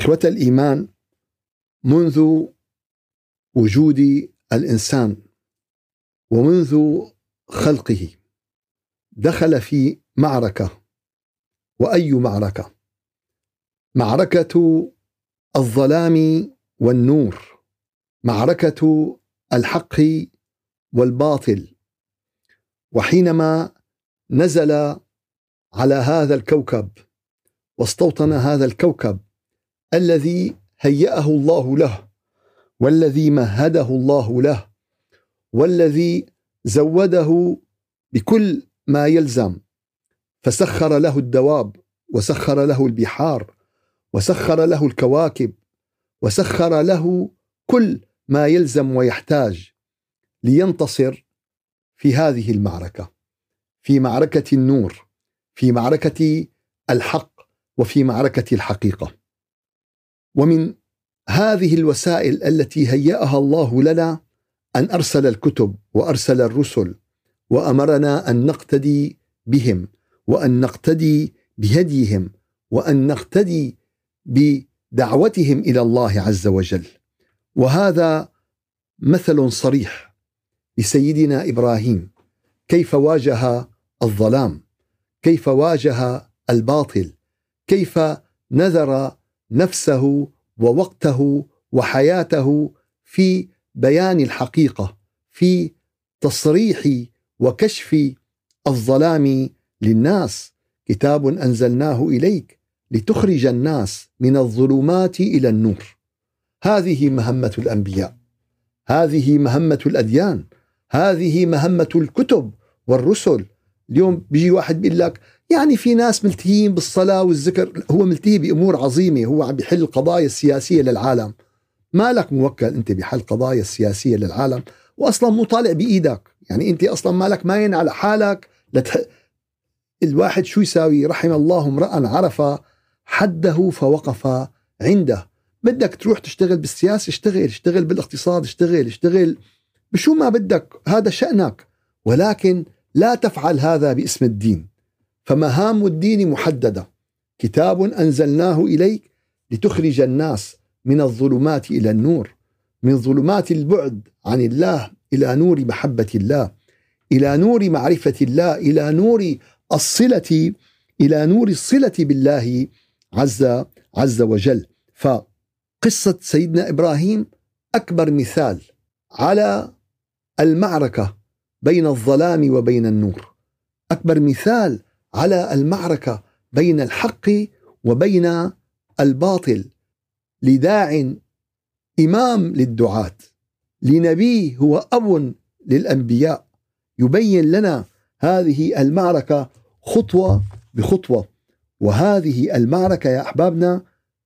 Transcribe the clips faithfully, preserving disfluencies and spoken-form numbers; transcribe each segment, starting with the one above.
إخوة الإيمان، منذ وجود الإنسان ومنذ خلقه دخل في معركة، وأي معركة؟ معركة الظلام والنور، معركة الحق والباطل. وحينما نزل على هذا الكوكب واستوطن هذا الكوكب الذي هيأه الله له، والذي مهده الله له، والذي زوده بكل ما يلزم، فسخر له الدواب، وسخر له البحار، وسخر له الكواكب، وسخر له كل ما يلزم ويحتاج لينتصر في هذه المعركة، في معركة النور، في معركة الحق، وفي معركة الحقيقة. ومن هذه الوسائل التي هيأها الله لنا أن أرسل الكتب وأرسل الرسل، وأمرنا أن نقتدي بهم، وأن نقتدي بهديهم، وأن نقتدي بدعوتهم إلى الله عز وجل. وهذا مثل صريح لسيدنا إبراهيم، كيف واجه الظلام، كيف واجه الباطل، كيف نذر نفسه ووقته وحياته في بيان الحقيقة، في تصريح وكشف الظلام للناس. كتاب أنزلناه إليك لتخرج الناس من الظلمات إلى النور. هذه مهمة الأنبياء، هذه مهمة الأديان، هذه مهمة الكتب والرسل. اليوم بيجي واحد بيقول لك يعني في ناس ملتهين بالصلاة والذكر، هو ملتهي بأمور عظيمة، هو عم بيحل القضايا السياسية للعالم. ما لك موكل أنت بحل قضايا السياسية للعالم، وأصلا مو طالع بإيدك، يعني أنت أصلا مالك ماين على حالك لتح... الواحد شو يساوي؟ رحم الله امرأ عرف حده فوقف عنده. بدك تروح تشتغل بالسياسة، اشتغل، اشتغل بالاقتصاد، اشتغل، اشتغل بشو ما بدك، هذا شأنك، ولكن لا تفعل هذا باسم الدين. فمهام الدين محددة. كتاب أنزلناه إليك لتخرج الناس من الظلمات إلى النور، من ظلمات البعد عن الله إلى نور محبة الله، إلى نور معرفة الله، إلى نور الصلة، إلى نور الصلة بالله عز عز وجل. فقصة سيدنا إبراهيم أكبر مثال على المعركة بين الظلام وبين النور، أكبر مثال على المعركة بين الحق وبين الباطل، لداع إمام للدعاة، لنبي هو أب للأنبياء، يبين لنا هذه المعركة خطوة بخطوة. وهذه المعركة يا أحبابنا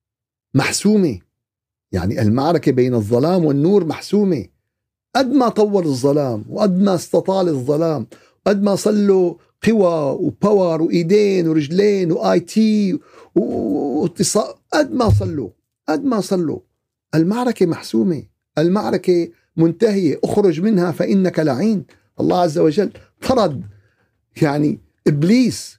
محسومة، يعني المعركة بين الظلام والنور محسومة. قد ما طول الظلام، وقد ما استطال الظلام، قد ما صلوا قوى وباور وإيدين ورجلين وآي تي واتصال، قد ما صلوا، قد ما صلوا، المعركة محسومة، المعركة منتهية. اخرج منها فإنك لعين. الله عز وجل طرد يعني إبليس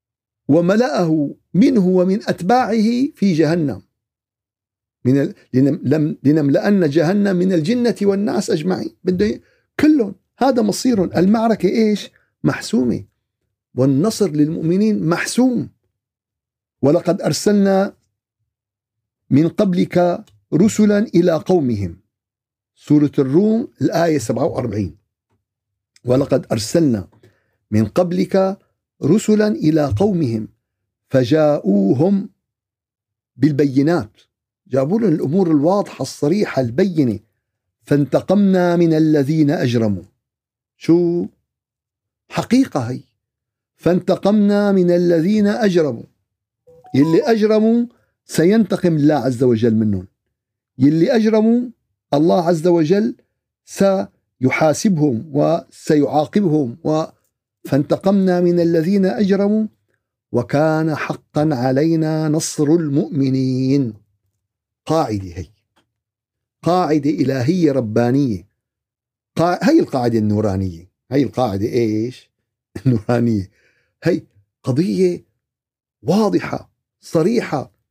وملأه منه ومن أتباعه في جهنم، من ال... لنم... لنملأن جهنم من الجنة والناس أجمعين، بده كلهم، هذا مصير. المعركة إيش؟ محسومة، والنصر للمؤمنين محسوم. ولقد أرسلنا من قبلك رسلا إلى قومهم، سورة الروم الآية سبعة وأربعين. ولقد أرسلنا من قبلك رسلا إلى قومهم فجاءوهم بالبينات، جابوا لهم الأمور الواضحة الصريحة البينة. فانتقمنا من الذين أجرموا. شو حقيقة هي؟ فانتقمنا من الذين أجرموا، يلي أجرموا سينتقم الله عز وجل منهم، يلي أجرموا الله عز وجل سيحاسبهم وسيعاقبهم. فانتقمنا من الذين أجرموا وكان حقا علينا نصر المؤمنين. قاعدة هي، قاعدة إلهية ربانية. قا... هي القاعدة النورانية، هي القاعدة إيش؟ النورانية. هي قضية واضحة صريحة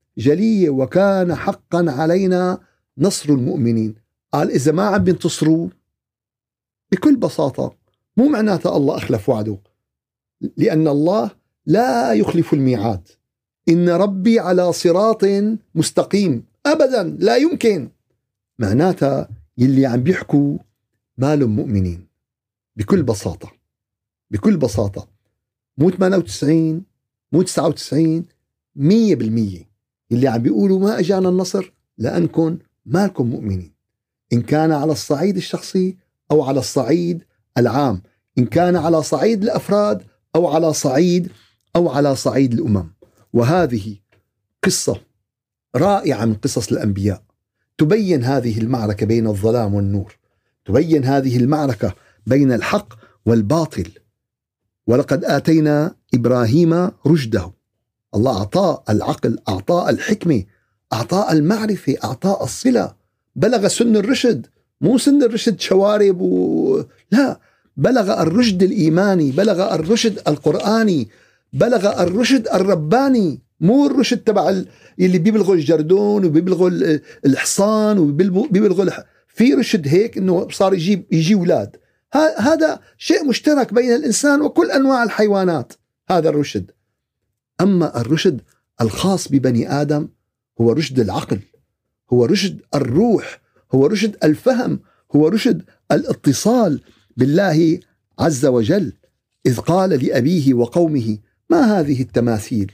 جلية وكان حقا علينا نصر المؤمنين. قال إذا ما عم بينتصروا بكل بساطة مو معناتها الله أخلف وعده، لأن الله لا يخلف الميعاد. إن ربي على صراط مستقيم، أبدا لا يمكن. معناتها يلي عم بيحكوا مالهم مؤمنين بكل بساطة، بكل بساطة. مو ثمانية وتسعين مو تسعة وتسعين مية بالمية اللي عم بيقولوا ما أجانا النصر لأنكم مالكم مؤمنين، إن كان على الصعيد الشخصي أو على الصعيد العام، إن كان على صعيد الأفراد أو على صعيد أو على صعيد الأمم. وهذه قصة رائعة من قصص الأنبياء تبين هذه المعركة بين الظلام والنور، تبين هذه المعركة بين الحق والباطل. ولقد آتينا إبراهيم رشده، الله أعطاه العقل، أعطاه الحكمة، أعطاه المعرفة، أعطاه الصلة، بلغ سن الرشد. مو سن الرشد شوارب و... لا، بلغ الرشد الإيماني، بلغ الرشد القرآني، بلغ الرشد الرباني، مو الرشد تبع ال... اللي بيبلغوا الجردون وبيبلغوا الحصان وبيبلغوا الح... في رشد هيك إنه صار يجيب يجي أولاد. ه... هذا شيء مشترك بين الإنسان وكل أنواع الحيوانات، هذا الرشد. أما الرشد الخاص ببني آدم هو رشد العقل، هو رشد الروح، هو رشد الفهم، هو رشد الاتصال بالله عز وجل. إذ قال لأبيه وقومه ما هذه التماثيل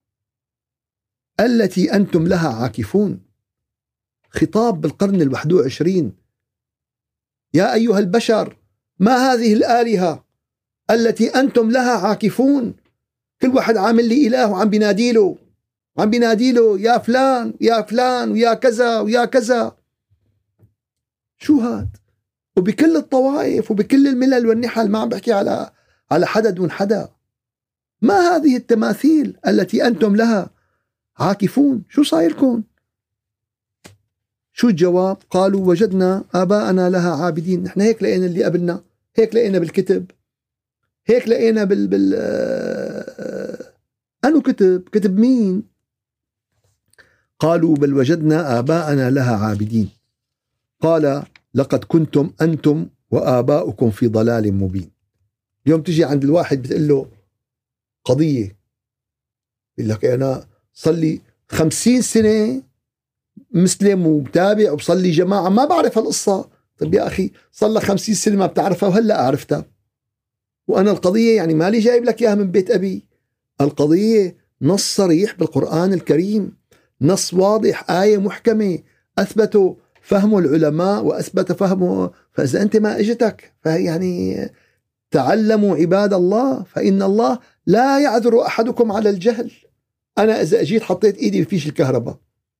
التي أنتم لها عاكفون. خطاب بالقرن الواحد وعشرين، يا أيها البشر ما هذه الآلهة التي أنتم لها عاكفون. كل واحد عامل لي إله وعم بيناديله، عم بيناديله يا فلان يا فلان ويا كذا ويا كذا. شو هاد؟ وبكل الطوائف وبكل الملل والنحل، ما عم بحكي على على حدا دون حدا. ما هذه التماثيل التي أنتم لها عاكفون؟ شو صايركم؟ شو الجواب؟ قالوا وجدنا آباءنا لها عابدين. نحن هيك لقينا اللي قبلنا، هيك لقينا بالكتب، هيك لقينا بال بال أنو كتب؟ كتب مين؟ قالوا بل وجدنا آباءنا لها عابدين. قال لقد كنتم أنتم وآباؤكم في ضلال مبين. اليوم تجي عند الواحد بتقول له قضية، يقول لك أنا صلي خمسين سنة مسلم ومتابع وبصلي جماعة ما بعرف هالقصة. طيب يا أخي صلى خمسين سنة ما بتعرفها وهلأ أعرفتها، وأنا القضية يعني مالي جايب لك إياها من بيت أبي. القضية نص صريح بالقرآن الكريم، نص واضح، آية محكمة أثبتوا فهمه العلماء وأثبت فهمه. فإذا أنت ما إجتك فيعني تعلموا عباد الله فإن الله لا يعذر أحدكم على الجهل. أنا إذا أجيت حطيت إيدي بفيش الكهرباء،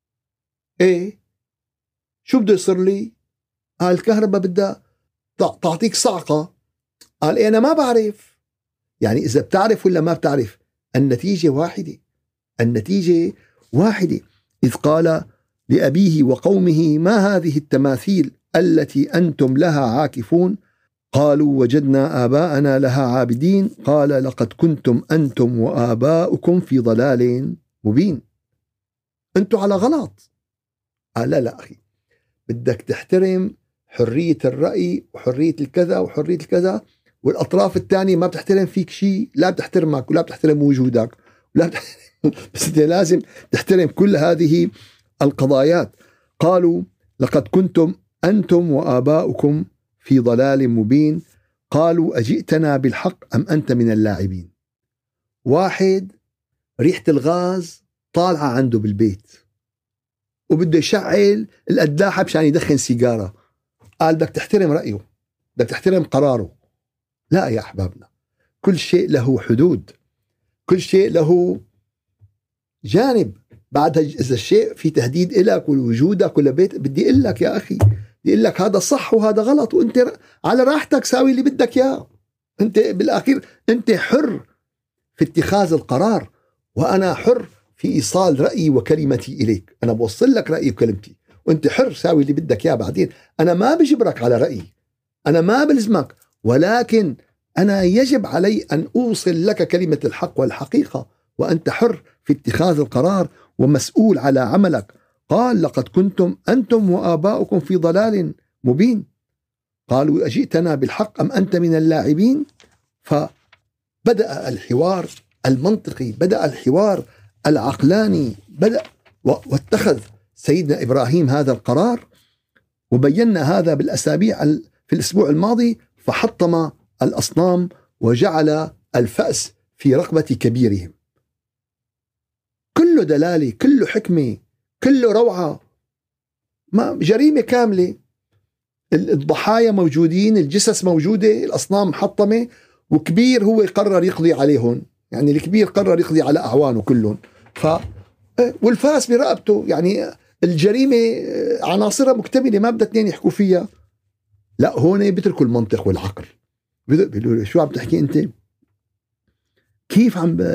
إيه شو بده يصير لي؟ قال الكهرباء بدها تعطيك صعقة. قال إيه أنا ما بعرف. يعني إذا بتعرف ولا ما بتعرف النتيجة واحدة، النتيجة واحدة. إذ قال لأبيه وقومه ما هذه التماثيل التي أنتم لها عاكفون. قالوا وجدنا آباءنا لها عابدين. قال لقد كنتم أنتم وآباؤكم في ضلال مبين. أنتم على غلط. قال لا لا أخي، بدك تحترم حرية الرأي وحرية الكذا وحرية الكذا، والأطراف الثانية ما بتحترم فيك شيء، لا بتحترمك ولا بتحترم وجودك ولا بتحترم بس انت لازم تحترم كل هذه القضايات. قالوا لقد كنتم أنتم وآباؤكم في ضلال مبين. قالوا أجئتنا بالحق أم أنت من اللاعبين. واحد ريحة الغاز طالعة عنده بالبيت وبده يشعل القداحة مشان يدخن سيجارة، قال بدك تحترم رأيه، بدك تحترم قراره. لا يا أحبابنا، كل شيء له حدود، كل شيء له جانب. بعد إذا الشيء في تهديد إلك ولوجودك ولا بيت، بدي أقول لك يا أخي، بدي أقول لك هذا صح وهذا غلط، وأنت على راحتك ساوي اللي بدك إياه. أنت بالأخير أنت حر في اتخاذ القرار، وأنا حر في إيصال رأيي وكلمتي إليك. أنا بوصل لك رأيي وكلمتي، وأنت حر ساوي اللي بدك إياه. بعدين أنا ما بجبرك على رأيي، أنا ما بلزمك، ولكن أنا يجب علي أن أوصل لك كلمة الحق والحقيقة، وأنت حر في اتخاذ القرار ومسؤول على عملك. قال لقد كنتم أنتم وآباؤكم في ضلال مبين. قالوا أجئتنا بالحق أم أنت من اللاعبين؟ فبدأ الحوار المنطقي، بدأ الحوار العقلاني، بدأ واتخذ سيدنا إبراهيم هذا القرار، وبينا هذا بالأسابيع في الأسبوع الماضي. فحطم الأصنام وجعل الفأس في رقبة كبيرهم. كله دلالة، كله حكمة، كله روعة، ما جريمة كاملة. الضحايا موجودين، الجثث موجودة، الأصنام محطمة، وكبير هو قرر يقضي عليهم. يعني الكبير قرر يقضي على أعوانه كلهم، ف والفاس برقبته. يعني الجريمة عناصرها مكتملة، ما بدها اثنين يحكوا فيها. لا، هون بيتركوا المنطق والعقل، بيقولوا شو عم تحكي أنت؟ كيف عم ب...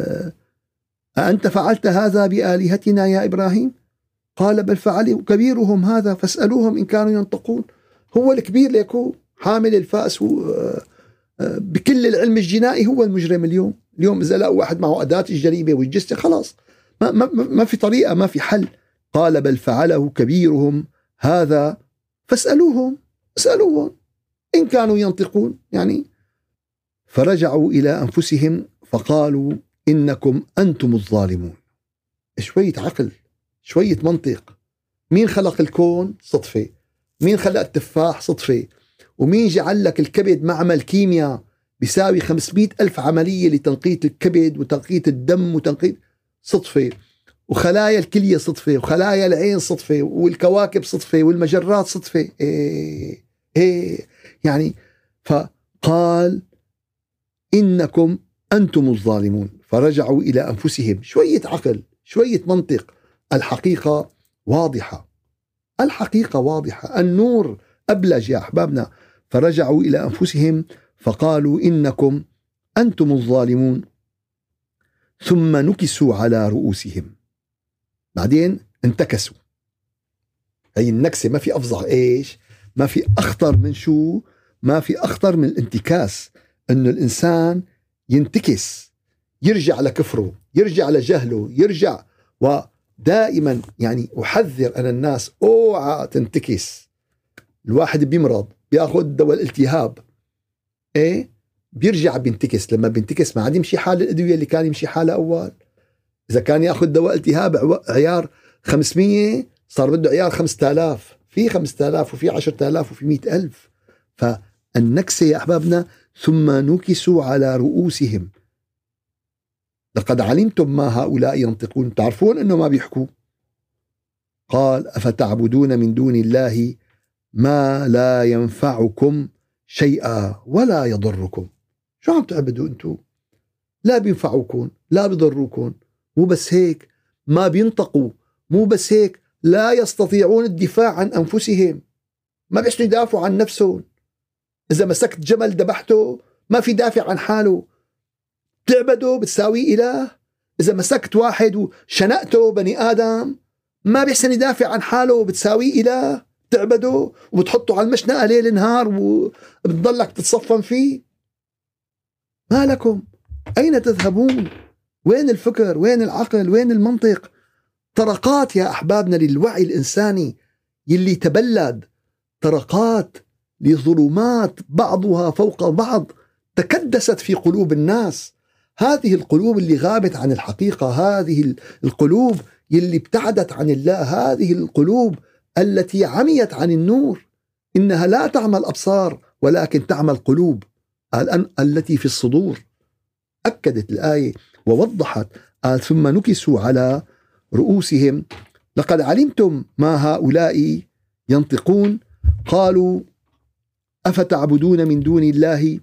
أأنت فعلت هذا بآلهتنا يا إبراهيم؟ قال بل فعل كبيرهم هذا فاسألوهم إن كانوا ينطقون. هو الكبير ليكو حامل الفأس و... بكل العلم الجنائي هو المجرم اليوم. اليوم إذا لقوا واحد معه أداة الجريمة والجثة خلاص ما, ما, ما في طريقة، ما في حل. قال بل فعله كبيرهم هذا فاسألوهم اسألوهم إن كانوا ينطقون. يعني فرجعوا إلى أنفسهم فقالوا إنكم أنتم الظالمون. شوية عقل، شوية منطق. مين خلق الكون؟ صدفة. مين خلق التفاح؟ صدفة. ومين جعل لك الكبد معمل كيمياء بيساوي خمسمائة ألف عملية لتنقية الكبد وتنقية الدم وتنقية؟ صدفة. وخلايا الكلية صدفة، وخلايا العين صدفة، والكواكب صدفة، والمجرات صدفة. إيه إيه يعني فقال إنكم أنتم الظالمون. فرجعوا إلى أنفسهم. شوية عقل، شوية منطق. الحقيقة واضحة، الحقيقة واضحة، النور أبلج يا أحبابنا. فرجعوا إلى أنفسهم فقالوا إنكم أنتم الظالمون ثم نكسوا على رؤوسهم. بعدين انتكسوا. هي النكسة ما في أفظع إيش، ما في أخطر من شو، ما في أخطر من الانتكاس. إنه الإنسان ينتكس، يرجع لكفره، يرجع لجهله، يرجع. ودائما يعني أحذر أنا الناس أوعى تنتكس. الواحد بيمرض بياخذ دواء الالتهاب، ايه بيرجع بينتكس. لما بينتكس ما عاد يمشي حال الأدوية اللي كان يمشي حالها أول. إذا كان ياخذ دواء التهاب عيار خمسمية صار بده عيار خمسة آلاف، في خمسة آلاف وفي عشرة آلاف وفي مئة ألف. فالنكسة يا أحبابنا ثم نكسوا على رؤوسهم لقد علمتم ما هؤلاء ينطقون. تعرفون أنه ما بيحكوا. قال أفتعبدون من دون الله ما لا ينفعكم شيئا ولا يضركم. شو عم تعبدوا أنتم؟ لا بينفعوكم لا بيضروكم. مو بس هيك، ما بينطقوا. مو بس هيك، لا يستطيعون الدفاع عن أنفسهم. ما بيحسنوا يدافعوا عن نفسهم. إذا مسكت جمل دبحته ما في دافع عن حاله. تعبده بتساوي إله. إذا مسكت واحد وشنقته بني آدم ما بيحسن يدافع عن حاله بتساوي إله. تعبده وبتحطه على المشنقة ليل نهار وبتضلك تتصفن فيه. ما لكم؟ أين تذهبون؟ وين الفكر؟ وين العقل؟ وين المنطق؟ طرقات يا أحبابنا للوعي الإنساني يلي تبلد، طرقات لظلمات بعضها فوق بعض تكدست في قلوب الناس. هذه القلوب اللي غابت عن الحقيقة، هذه القلوب يلي ابتعدت عن الله، هذه القلوب التي عميت عن النور. إنها لا تعمل أبصار ولكن تعمل قلوب التي في الصدور. أكدت الآية ووضحت. قال ثم نكسوا على رؤوسهم لقد علمتم ما هؤلاء ينطقون. قالوا أفتعبدون من دون الله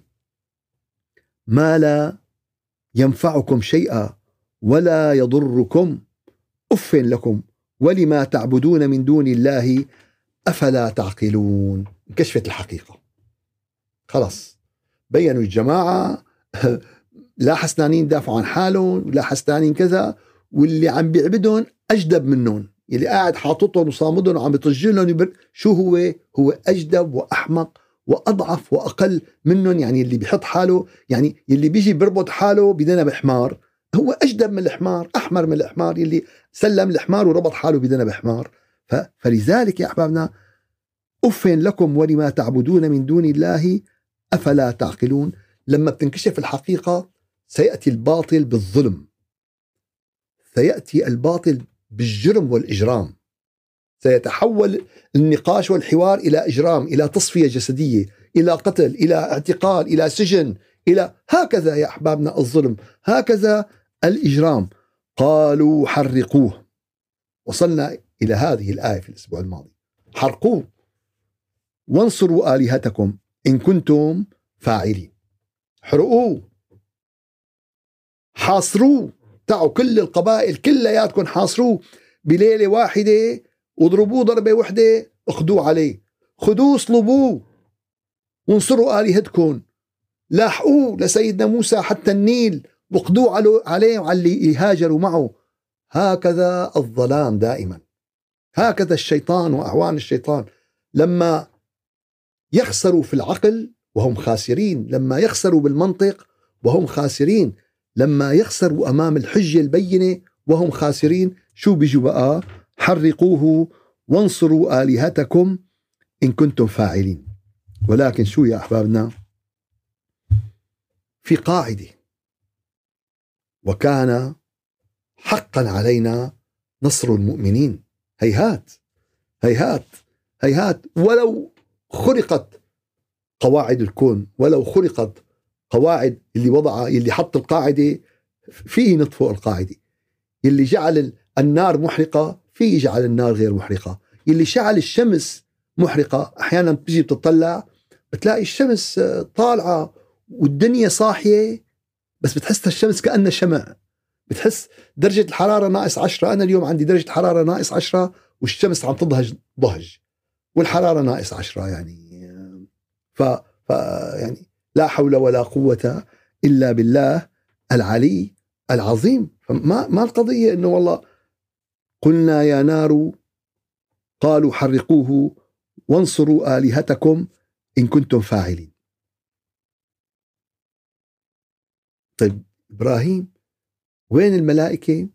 ما لا ينفعكم شيئا ولا يضركم أف لكم ولما تعبدون من دون الله أفلا تعقلون. انكشفت الحقيقة خلاص. بينوا الجماعة لا حسنانين دافعوا عن حالهم ولا حسنانين كذا، واللي عم بيعبدون أجدب منهم. يلي قاعد حاططهم وصامدهم وعم بيطجلهم يبر... شو هو؟ هو أجدب وأحمق وأضعف وأقل منهم. يعني اللي بيحط حاله، يعني اللي بيجي بيربط حاله بدنا بحمار هو أجدب من الحمار، أحمر من الحمار، اللي سلم الحمار وربط حاله بذنب حمار. فلذلك يا أحبابنا أف لكم ولما تعبدون من دون الله أفلا تعقلون. لما بتنكشف الحقيقة سيأتي الباطل بالظلم، سيأتي الباطل بالجرم والإجرام، سيتحول النقاش والحوار إلى إجرام، إلى تصفية جسدية، إلى قتل، إلى اعتقال، إلى سجن، إلى هكذا يا أحبابنا الظلم، هكذا الإجرام. قالوا حرقوه. وصلنا إلى هذه الآية في الأسبوع الماضي. حرقوه وانصروا آلهتكم إن كنتم فاعلين. حرقوه، حاصروه، تعوا كل القبائل كلياتكم حاصروه بليلة واحدة، واضربوه ضربة واحدة، اخدوه عليه، خدوه اصلبوه، وانصروا آلهتكم، لاحقوه لسيدنا موسى حتى النيل، وقدوه عليه وعلى اللي يهاجروا معه. هكذا الظلام دائما، هكذا الشيطان وأعوان الشيطان. لما يخسروا في العقل وهم خاسرين، لما يخسروا بالمنطق وهم خاسرين، لما يخسروا أمام الحجة البينة وهم خاسرين، شو بيجوا بقى؟ حرقوه وانصروا آلهتكم إن كنتم فاعلين. ولكن شو يا أحبابنا؟ في قاعدة: وكان حقا علينا نصر المؤمنين. هيهات هيهات هيهات، ولو خرقت قواعد الكون، ولو خرقت قواعد اللي وضع، اللي حط القاعدة فيه نطفئ القاعدة، اللي جعل النار محرقة فيه جعل النار غير محرقة، اللي جعل الشمس محرقة. أحيانا بتجي بتطلع بتلاقي الشمس طالعة والدنيا صاحية، بس بتحس الشمس كأنها شمع، بتحس درجة الحرارة ناقص عشرة. أنا اليوم عندي درجة حرارة ناقص عشرة والشمس عم تضهج ضهج والحرارة ناقص عشرة، يعني ف... ف يعني لا حول ولا قوة إلا بالله العلي العظيم. فما ما القضية إنه والله قلنا يا نار، قالوا حرقوه وانصروا آلهتكم إن كنتم فاعلين. طيب إبراهيم وين الملائكة؟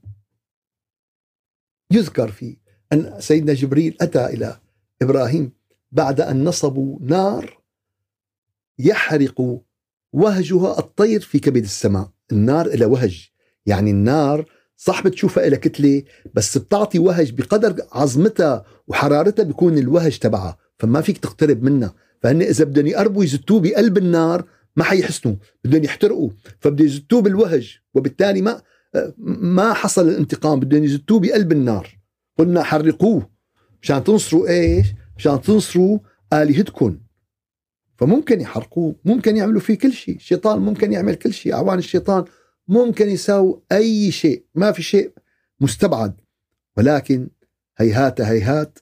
يذكر فيه أن سيدنا جبريل أتى إلى إبراهيم بعد أن نصبوا نار يحرق وهجها الطير في كبد السماء. النار إلى وهج، يعني النار صح بتشوفها إلى كتلة، بس بتعطي وهج بقدر عظمتها وحرارتها بيكون الوهج تبعها، فما فيك تقترب منها. فهن إذا بدهم يقربوا يزتوه بقلب النار ما حيحسنوا، بدهم يحترقوا، فبدهم يزتوه بالوهج، وبالتالي ما ما حصل الانتقام، بدهم يزتوه بقلب النار. قلنا حرقوه مشان تنصروا ايش؟ مشان تنصروا آلهتكم. فممكن يحرقوه، ممكن يعملوا فيه كل شيء، الشيطان ممكن يعمل كل شيء، أعوان الشيطان ممكن يساوي أي شيء، ما في شيء مستبعد. ولكن هيهات هيهات.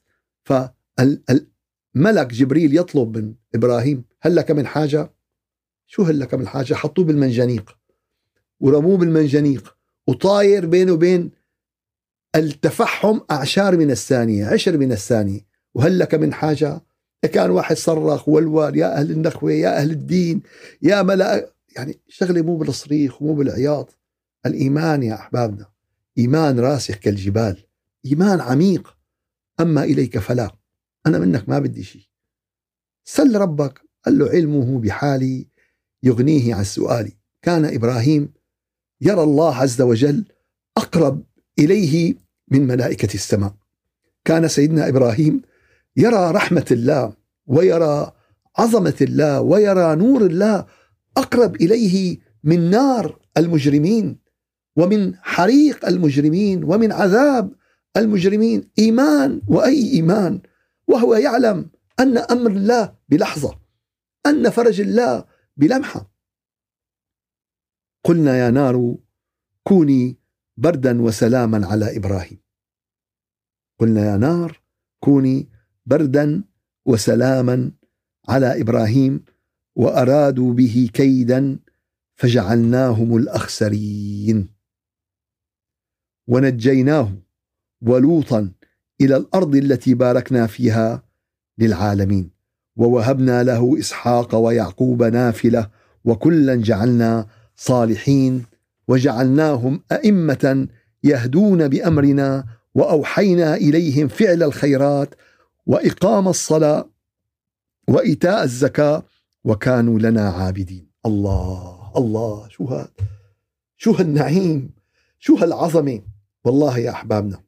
فالملك جبريل يطلب من إبراهيم: هل لك من حاجة؟ شو هل لك من حاجة؟ حطوه بالمنجنيق ورموه بالمنجنيق، وطاير بينه وبين التفحم أعشار من الثانية، عشر من الثانية. وهل لك من حاجة؟ كان واحد صرخ والوال: يا أهل النخوة، يا أهل الدين، يا ملأ. يعني شغلة مو بالصريخ ومو بالعياط. الإيمان يا أحبابنا إيمان راسخ كالجبال، إيمان عميق. أما إليك فلا، أنا منك ما بدي شيء. سل ربك. قال له: علمه بحالي يغنيه عن سؤالي. كان إبراهيم يرى الله عز وجل أقرب إليه من ملائكة السماء. كان سيدنا إبراهيم يرى رحمة الله ويرى عظمة الله ويرى نور الله أقرب إليه من نار المجرمين ومن حريق المجرمين ومن عذاب المجرمين. إيمان، وأي إيمان، وهو يعلم أن أمر الله بلحظة، أن فرج الله بلمحة. قلنا يا نار كوني بردا وسلاما على إبراهيم. قلنا يا نار كوني بردا وسلاما على إبراهيم وأرادوا به كيدا فجعلناهم الأخسرين ونجيناه ولوطا إلى الأرض التي باركنا فيها للعالمين ووهبنا له إسحاق ويعقوب نافلة وكلا جعلنا صالحين وجعلناهم أئمة يهدون بأمرنا وأوحينا إليهم فعل الخيرات وإقام الصلاة وإيتاء الزكاة وكانوا لنا عابدين. الله الله، شو هذا، شو هالنعيم، شو هالعظمة. والله يا أحبابنا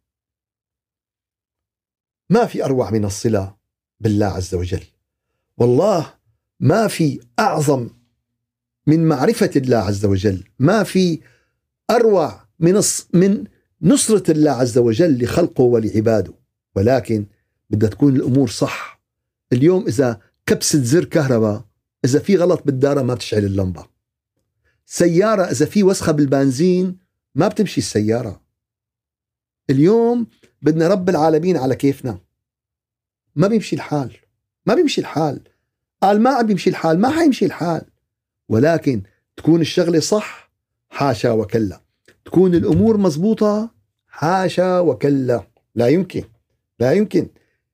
ما في أروع من الصلة بالله عز وجل، والله ما في أعظم من معرفة الله عز وجل، ما في أروع من من نصرة الله عز وجل لخلقه ولعباده. ولكن بدها تكون الأمور صح. اليوم إذا كبسة زر كهرباء، إذا في غلط بالدارة ما بتشعل اللمبة. سيارة إذا في وسخة بالبنزين ما بتمشي السيارة. اليوم بدنا رب العالمين على كيفنا، ما بيمشي الحال، ما بيمشي الحال. قال ما عم بيمشي الحال، ما حيمشي الحال. ولكن تكون الشغلة صح، حاشا وكلا. تكون الأمور مزبوطة، حاشا وكلا. لا يمكن، لا يمكن.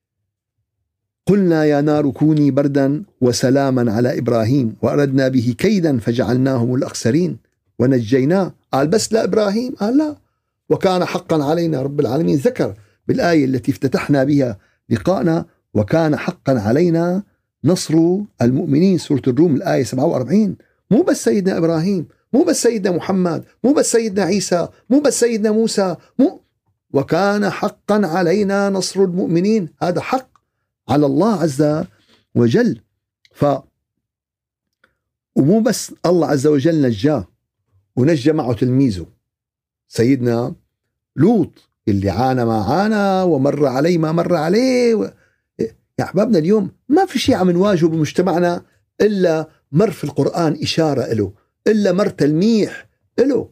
قلنا يا نار كوني بردا وسلاما على إبراهيم وأردنا به كيدا فجعلناهم الأخسرين ونجيناه. قال بس لا إبراهيم؟ قال لا، وكان حقا علينا. رب العالمين ذكر بالآية التي افتتحنا بها لقاءنا وكان حقا علينا نصر المؤمنين، سورة الروم الآية سبعة وأربعين. مو بس سيدنا إبراهيم، مو بس سيدنا محمد، مو بس سيدنا عيسى، مو بس سيدنا موسى، مو وكان حقا علينا نصر المؤمنين. هذا حق على الله عز وجل. ف ومو بس الله عز وجل نجاه ونجى معه تلميذه سيدنا لوط اللي عانى ما عانى ومر عليه ما مر عليه و... يا أحبابنا اليوم ما في شيء عم نواجهه بمجتمعنا إلا مر في القرآن إشارة له، إلا مر تلميح له.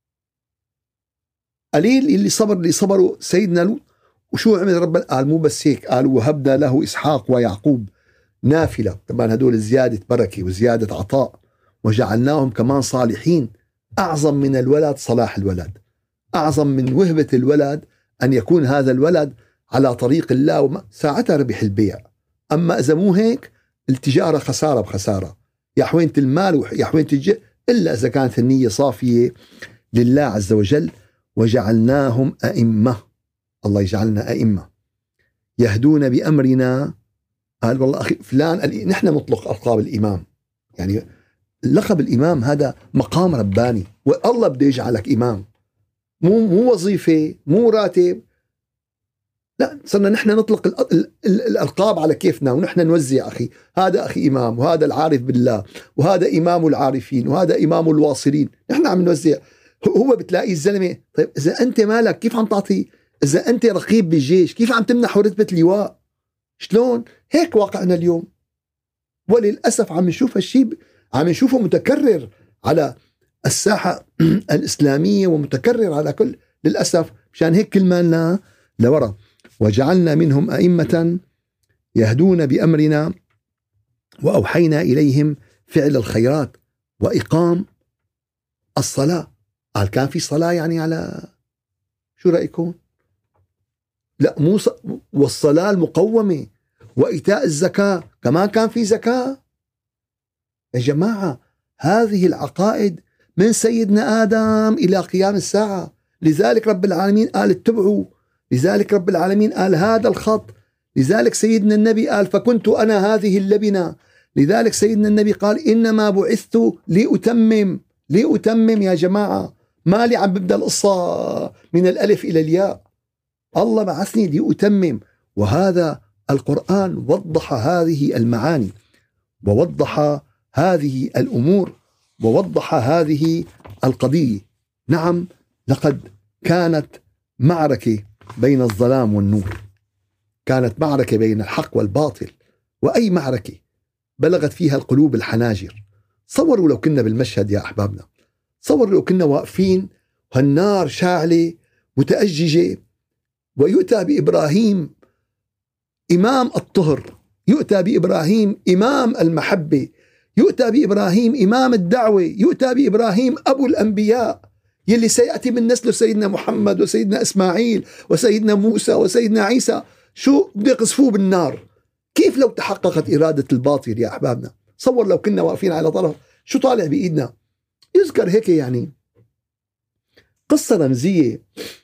قليل اللي صبر اللي صبروا سيدنا لوط. وشو عمل رب؟ قال مو بس هيك، قال وهبنا له إسحاق ويعقوب نافلة، كمان هدول زيادة بركة وزيادة عطاء، وجعلناهم كمان صالحين. أعظم من الولد صلاح الولد، أعظم من وهبة الولد أن يكون هذا الولد على طريق الله، وما ساعتها ربح البيع. أما إذا مو هيك التجارة خسارة بخسارة، يا حوينة المال ويا حوينة الج، إلا إذا كانت النية صافية لله عز وجل. وجعلناهم أئمة، الله يجعلنا أئمة يهدون بأمرنا. قال والله أخي فلان، نحن نطلق ألقاب الإمام، يعني لقب الإمام هذا مقام رباني، والله بده يجعلك إمام، مو مو وظيفة، مو راتب. لا، صرنا نحن نطلق ال ال ال الألقاب على كيفنا، ونحن نوزع. أخي هذا أخي إمام، وهذا العارف بالله، وهذا إمام العارفين، وهذا إمام الواصلين. نحن عم نوزع. هو بتلاقي الزلمة، طيب إذا أنت مالك كيف عم تعطي؟ إذا أنت رقيب بالجيش كيف عم تمنحه رتبة اللواء؟ شلون؟ هيك واقعنا اليوم، وللأسف عم نشوف هالشيء، عم نشوفه متكرر على الساحة الإسلامية ومتكرر على كل، للأسف. مشان هيك كل مالنا لورا. وجعلنا منهم أئمة يهدون بأمرنا وأوحينا إليهم فعل الخيرات وإقام الصلاة. قال كان في صلاة يعني على شو رأيكم؟ لا مو ص... والصلاة المقومة وإيتاء الزكاة، كمان كان في زكاة. يا جماعة هذه العقائد من سيدنا آدم إلى قيام الساعة. لذلك رب العالمين قال اتبعوا، لذلك رب العالمين قال هذا الخط، لذلك سيدنا النبي قال فكنت أنا هذه اللبنة، لذلك سيدنا النبي قال إنما بعثت لأتمم. لأتمم يا جماعة، ما لي عم ببدأ القصة من الألف إلى الياء، الله بعثني لأتمم. وهذا القرآن وضح هذه المعاني ووضح هذه الأمور ووضح هذه القضية. نعم، لقد كانت معركة بين الظلام والنور، كانت معركة بين الحق والباطل، وأي معركة بلغت فيها القلوب الحناجر. صوروا لو كنا بالمشهد يا أحبابنا، صوروا لو كنا واقفين والنار شاعلة متأججة، ويؤتى بإبراهيم إمام الطهر، يؤتى بإبراهيم إمام المحبة، يؤتى بإبراهيم إمام الدعوة، يؤتى بإبراهيم أبو الأنبياء يلي سيأتي من نسله سيدنا محمد وسيدنا إسماعيل وسيدنا موسى وسيدنا عيسى. شو بده يقذفوه بالنار؟ كيف لو تحققت إرادة الباطل يا أحبابنا؟ صور لو كنا واقفين على طرف، شو طالع بإيدنا؟ يذكر هيك يعني قصة رمزية.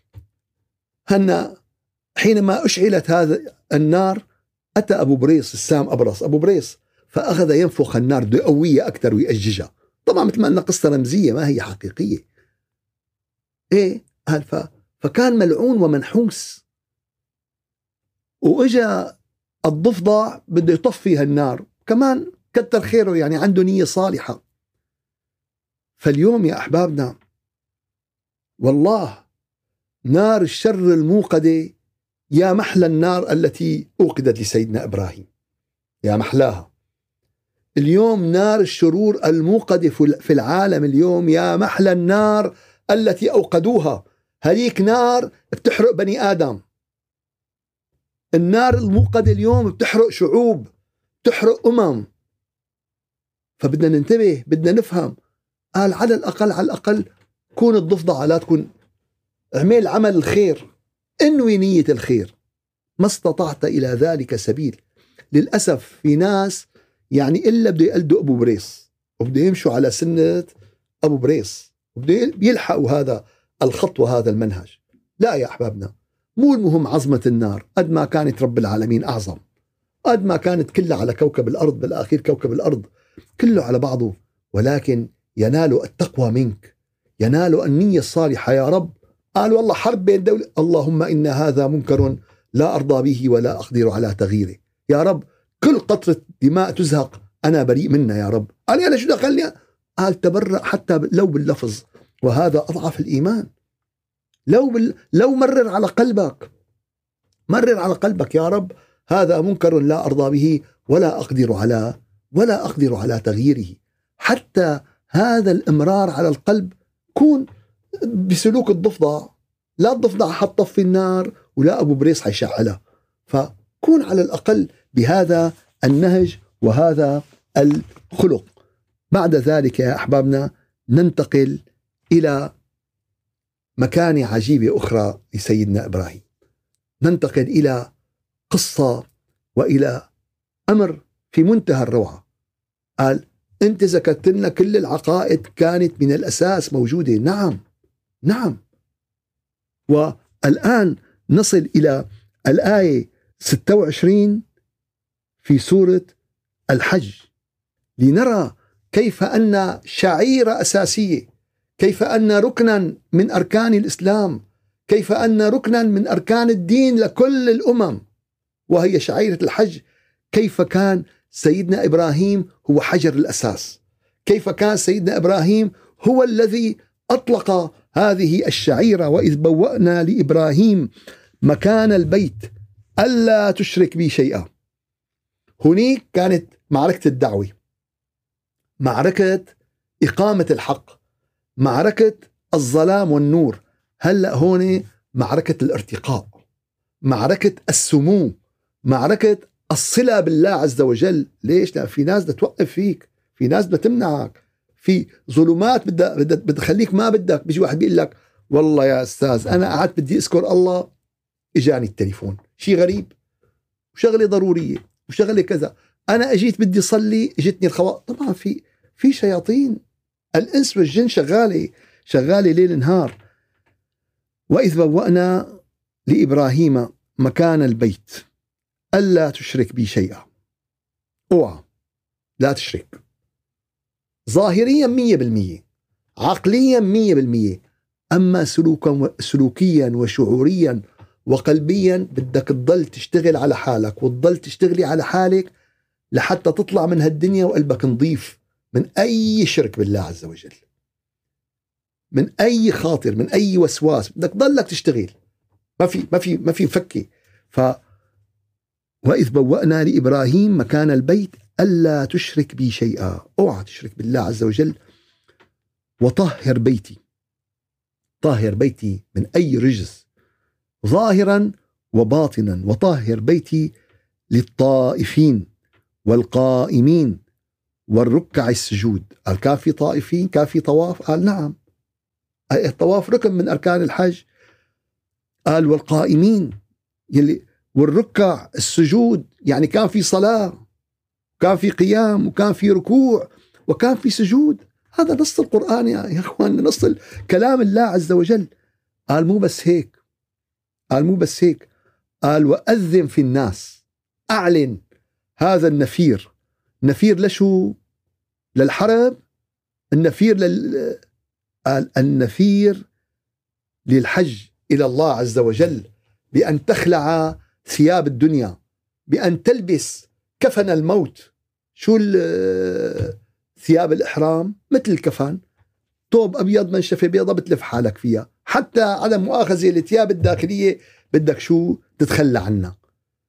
هن حينما أشعلت هذا النار أتى أبو بريس السام أبرص أبو بريس فأخذ ينفخ النار بقوية أكثر ويأججها. طبعا مثل ما أنها قصة رمزية ما هي حقيقية. إيه قال ف... فكان ملعون ومنحوس، وإجا الضفدع بده يطفي هالنار كمان كتر خيره، يعني عنده نية صالحة. فاليوم يا أحبابنا والله نار الشر الموقدة يا محلى النار التي أوقدت لسيدنا إبراهيم، يا محلاها. اليوم نار الشرور الموقدة في العالم اليوم يا محلى النار التي أوقدوها. هذيك نار بتحرق بني آدم، النار الموقدة اليوم بتحرق شعوب، بتحرق أمم. فبدنا ننتبه، بدنا نفهم. قال على الأقل على الأقل كون الضفدع، لا تكون اعمل عمل الخير، انوي نية الخير، ما استطعت إلى ذلك سبيل. للأسف في ناس يعني إلا بده يقلدوا أبو بريس وبده يمشوا على سنة أبو بريس وبده يلحقوا هذا الخط وهذا المنهج. لا يا أحبابنا، مو المهم عظمة النار قد ما كانت رب العالمين أعظم، قد ما كانت كلها على كوكب الأرض، بالأخير كوكب الأرض كله على بعضه، ولكن ينال التقوى منك، ينال النية الصالحة. يا رب قال والله حرب بين دولة، اللهم إن هذا منكر لا أرضى به ولا أقدر على تغييره. يا رب كل قطرة دماء تزهق أنا بريء منها يا رب. قال أنا شو دخلني؟ قال تبرأ حتى لو باللفظ، وهذا أضعف الإيمان. لو بال... لو مرر على قلبك، مرر على قلبك يا رب هذا منكر لا أرضى به ولا أقدر على ولا أقدر على تغييره. حتى هذا الإمرار على القلب كون بسلوك الضفدع، لا الضفدع حطف في النار ولا أبو بريس حيشعلها، فكون على الأقل بهذا النهج وهذا الخلق. بعد ذلك يا أحبابنا ننتقل إلى مكانة عجيبة أخرى لسيدنا إبراهيم، ننتقل إلى قصة وإلى أمر في منتهى الروعة. قال أنت ذكرت لنا كل العقائد كانت من الأساس موجودة. نعم نعم. والآن نصل إلى الآية ستة وعشرين في سورة الحج لنرى كيف أن شعيرة أساسية، كيف أن ركنا من أركان الإسلام، كيف أن ركنا من أركان الدين لكل الأمم وهي شعيرة الحج، كيف كان سيدنا إبراهيم هو حجر الأساس، كيف كان سيدنا إبراهيم هو الذي أطلق هذه الشعيرة. وإذ بوأنا لإبراهيم مكان البيت ألا تشرك بي شيئا. هناك كانت معركة الدعوة، معركة إقامة الحق، معركة الظلام والنور. هلأ هون معركة الارتقاء، معركة السمو، معركة الصلة بالله عز وجل. ليش؟ لأن في ناس بدها توقف فيك، في ناس بدها تمنعك، في ظلمات بدها بدها تخليك ما بدك. بيجي واحد بيقول لك والله يا أستاذ أنا قعدت بدي أذكر الله إجاني التليفون، شيء غريب وشغلة ضرورية وشغلة كذا، أنا أجيت بدي صلي إجتني الخواطر. طبعا في في شياطين الإنس والجن شغالة شغالة ليل نهار. وإذ بوأنا لإبراهيم مكان البيت ألا تشرك بي شيئا. اوعى لا تشرك، ظاهريا مية بالمية، عقليا مية بالمية، أما سلوكا سلوكيا وشعوريا وقلبيا بدك تضل تشتغل على حالك وتضل تشتغلي على حالك لحتى تطلع من هالدنيا وقلبك نظيف من أي شرك بالله عز وجل، من أي خاطر، من أي وسواس. بدك تضلك تشتغل، ما في ما في ما في مفكي. ف وإذ بوأنا لإبراهيم مكان البيت ألا تشرك بي شيئا، اوعى تشرك بالله عز وجل، وطهر بيتي، طهر بيتي من أي رجس ظاهرا وباطنا، وطهر بيتي للطائفين والقائمين والركع السجود. قال كان في طائفين، كان في طواف؟ قال نعم، الطواف ركن من أركان الحج. قال والقائمين يلي والركع السجود، يعني كان في صلاة، كان في قيام، وكان في ركوع، وكان في سجود. هذا نص القرآن يا إخوان، نص كلام الله عز وجل. قال مو بس هيك، قال مو بس هيك، قال وأذن في الناس، أعلن هذا النفير. نفير لشو؟ للحرب؟ النفير لل قال النفير للحج إلى الله عز وجل، بأن تخلع ثياب الدنيا، بأن تلبس كفن الموت. شو ثياب الإحرام؟ مثل الكفن، ثوب أبيض منشفة بيضة بتلف حالك فيها، حتى على مؤاخذة الثياب الداخلية بدك شو تتخلى عنها،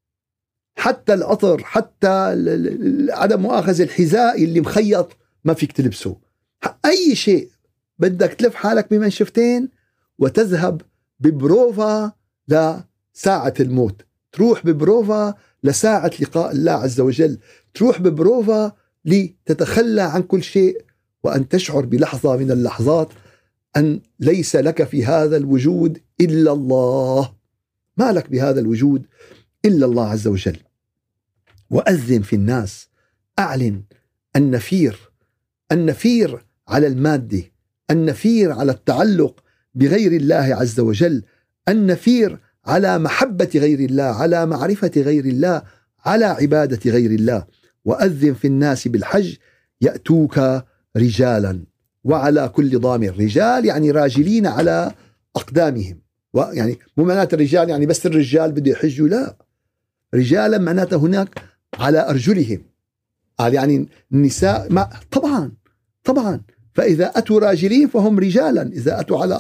حتى العطر، حتى عدم مؤاخذة الحذاء اللي مخيط ما فيك تلبسه. أي شيء بدك تلف حالك بمنشفتين وتذهب ببروفا لساعة الموت، تروح ببروفا لساعة لقاء الله عز وجل، تروح ببروفا لتتخلى عن كل شيء، وأن تشعر بلحظة من اللحظات أن ليس لك في هذا الوجود إلا الله، ما لك بهذا الوجود إلا الله عز وجل. وأذن في الناس، أعلن النفير، النفير على المادة، النفير على التعلق بغير الله عز وجل، النفير على محبة غير الله، على معرفة غير الله، على عبادة غير الله. وأذن في الناس بالحج يأتوك رجالا وعلى كل ضامر. رجال يعني راجلين على أقدامهم، يعني مو معناته الرجال يعني بس الرجال بده يحجوا، لا، رجالا معناته هناك على أرجلهم. قال يعني النساء ما طبعا طبعا فإذا أتوا راجلين فهم رجالا، إذا أتوا على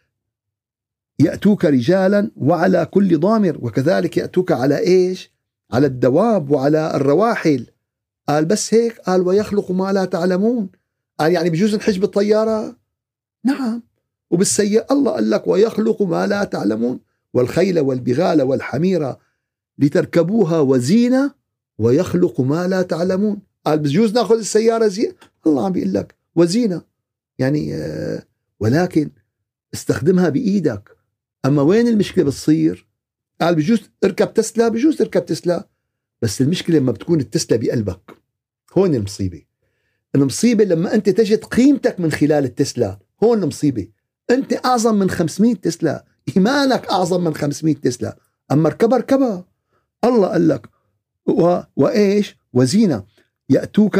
يأتوك رجالا وعلى كل ضامر. وكذلك يأتوك على إيش؟ على الدواب وعلى الرواحل. قال بس هيك؟ قال ويخلق ما لا تعلمون. قال يعني بجوز نحج بالطيارة؟ نعم. وبالسيارة الله قال لك ويخلق ما لا تعلمون، والخيل والبغال والحمير لتركبوها وزينة ويخلق ما لا تعلمون. قال بجوز ناخذ السيارة زينة؟ الله عم بيقول لك وزينة يعني آه ولكن استخدمها بإيدك. أما وين المشكلة بتصير؟ قال بجوز اركب تسلا، بجوز اركب تسلا، بس المشكلة لما بتكون التسلا بقلبك، هون المصيبة. المصيبة لما أنت تجد قيمتك من خلال التسلا، هون المصيبة. أنت أعظم من خمسمية تسلا، إيمانك أعظم من خمسمية تسلا، أما اركبها اركبها. الله قال لك و... وإيش؟ وزينة. يأتوك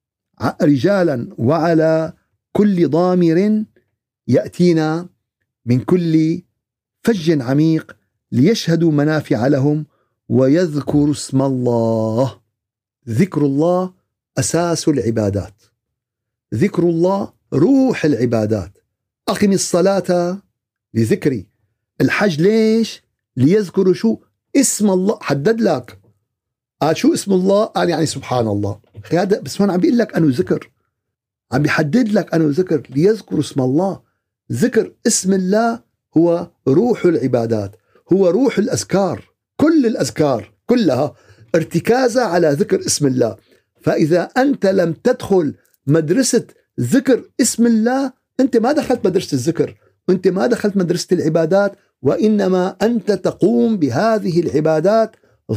رجالا وعلى كل ضامر يأتينا من كل فج عميق ليشهدوا منافع لهم ويذكروا اسم الله. ذكر الله أساس العبادات، ذكر الله روح العبادات. أقم الصلاة لذكري. الحج ليش؟ ليذكروا شو؟ اسم الله. حدد لك قال شو اسم الله؟ قال يعني سبحان الله. هذا بس هون عم بيقول لك أنه ذكر، عم بيحدد لك أنه ذكر، ليذكروا اسم الله. ذكر اسم الله هو روح العبادات، هو روح الأذكار. كل الأذكار كلها ارتكازها على ذكر اسم الله. فإذا أنت لم تدخل مدرسة ذكر اسم الله، أنت ما دخلت مدرسة الذكر، وأنت ما دخلت مدرسة العبادات، وإنما أنت تقوم بهذه العبادات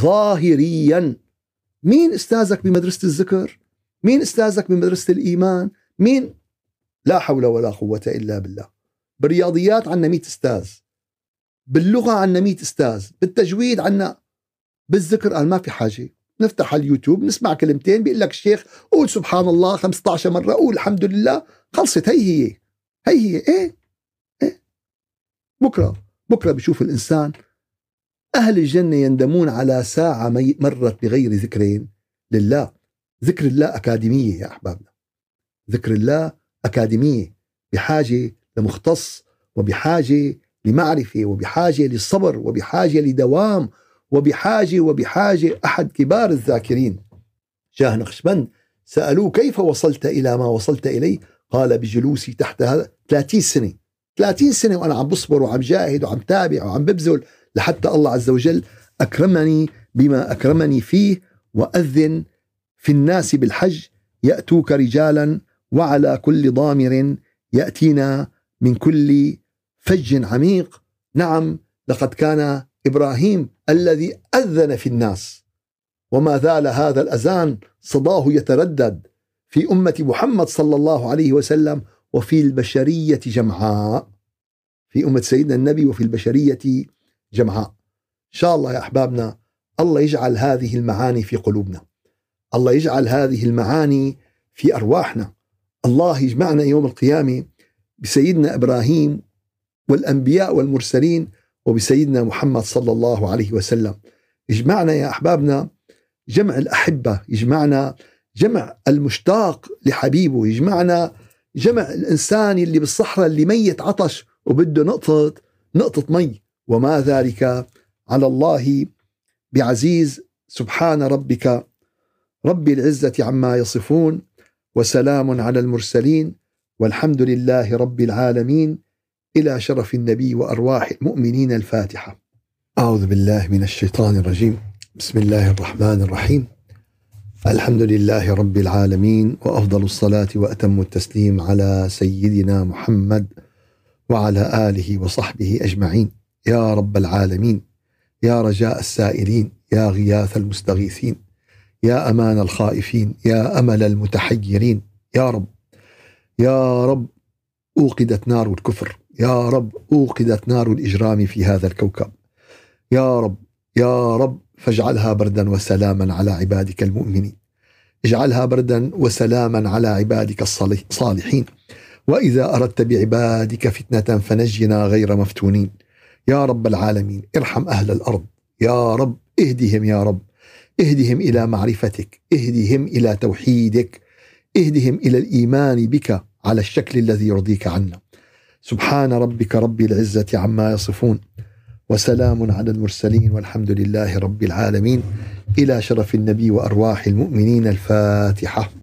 ظاهريا. مين استاذك بمدرسة الذكر؟ مين استاذك بمدرسة الإيمان؟ مين؟ لا حول ولا قوة إلا بالله. بالرياضيات عنا مئة استاذ، باللغة عنا مئة استاذ، بالتجويد عنا، بالذكر قال ما في حاجة. نفتح اليوتيوب نسمع كلمتين بيقول لك الشيخ قول سبحان الله خمسة عشر مرة، قول الحمد لله، خلصت. هي هي هي هي ايه ايه بكرة بكرة بشوف الإنسان أهل الجنة يندمون على ساعة مرت بغير ذكرين لله. ذكر الله أكاديمية يا أحبابنا، ذكر الله أكاديمية، بحاجة لمختص، وبحاجة لمعرفة، وبحاجة للصبر، وبحاجة لدوام، وبحاجة وبحاجة أحد كبار الذاكرين شاه نقشبند سألوه كيف وصلت إلى ما وصلت إليه؟ قال بجلوسي تحت هذا ثلاثين سنة ثلاثين سنة وأنا عم بصبر وعم جاهد وعم تابع وعم ببذل لحتى الله عز وجل أكرمني بما أكرمني فيه. وأذن في الناس بالحج يأتوك رجالا وعلى كل ضامر يأتينا من كل فج عميق. نعم، لقد كان إبراهيم الذي أذن في الناس، وما زال هذا الأذان صداه يتردد في أمة محمد صلى الله عليه وسلم وفي البشرية جمعاء، في أمة سيدنا النبي وفي البشرية جمعاء. إن شاء الله يا أحبابنا الله يجعل هذه المعاني في قلوبنا، الله يجعل هذه المعاني في أرواحنا. الله يجمعنا يوم القيامة بسيدنا إبراهيم والأنبياء والمرسلين وبسيدنا محمد صلى الله عليه وسلم. يجمعنا يا أحبابنا جمع الأحبة، يجمعنا جمع المشتاق لحبيبه، يجمعنا جمع الإنسان اللي بالصحراء اللي ميت عطش وبده نقطة نقطة مي، وما ذلك على الله بعزيز. سبحان ربك رب العزة عما يصفون، وسلام على المرسلين، والحمد لله رب العالمين. إلى شرف النبي وأرواح المؤمنين. الفاتحة. أعوذ بالله من الشيطان الرجيم. بسم الله الرحمن الرحيم. الحمد لله رب العالمين، وأفضل الصلاة وأتم التسليم على سيدنا محمد وعلى آله وصحبه أجمعين. يا رب العالمين، يا رجاء السائلين، يا غياث المستغيثين، يا أمان الخائفين، يا أمل المتحيرين، يا رب يا رب أوقدت نار الكفر، يا رب أوقدت نار الإجرام في هذا الكوكب، يا رب يا رب فاجعلها بردا وسلاما على عبادك المؤمنين، اجعلها بردا وسلاما على عبادك الصالحين، وإذا أردت بعبادك فتنة فنجنا غير مفتونين. يا رب العالمين ارحم أهل الأرض، يا رب اهدهم، يا رب اهدهم إلى معرفتك، اهدهم إلى توحيدك، اهدهم إلى الإيمان بك على الشكل الذي يرضيك عنا. سبحان ربك رب العزة عما يصفون، وسلام على المرسلين، والحمد لله رب العالمين. إلى شرف النبي وأرواح المؤمنين. الفاتحة.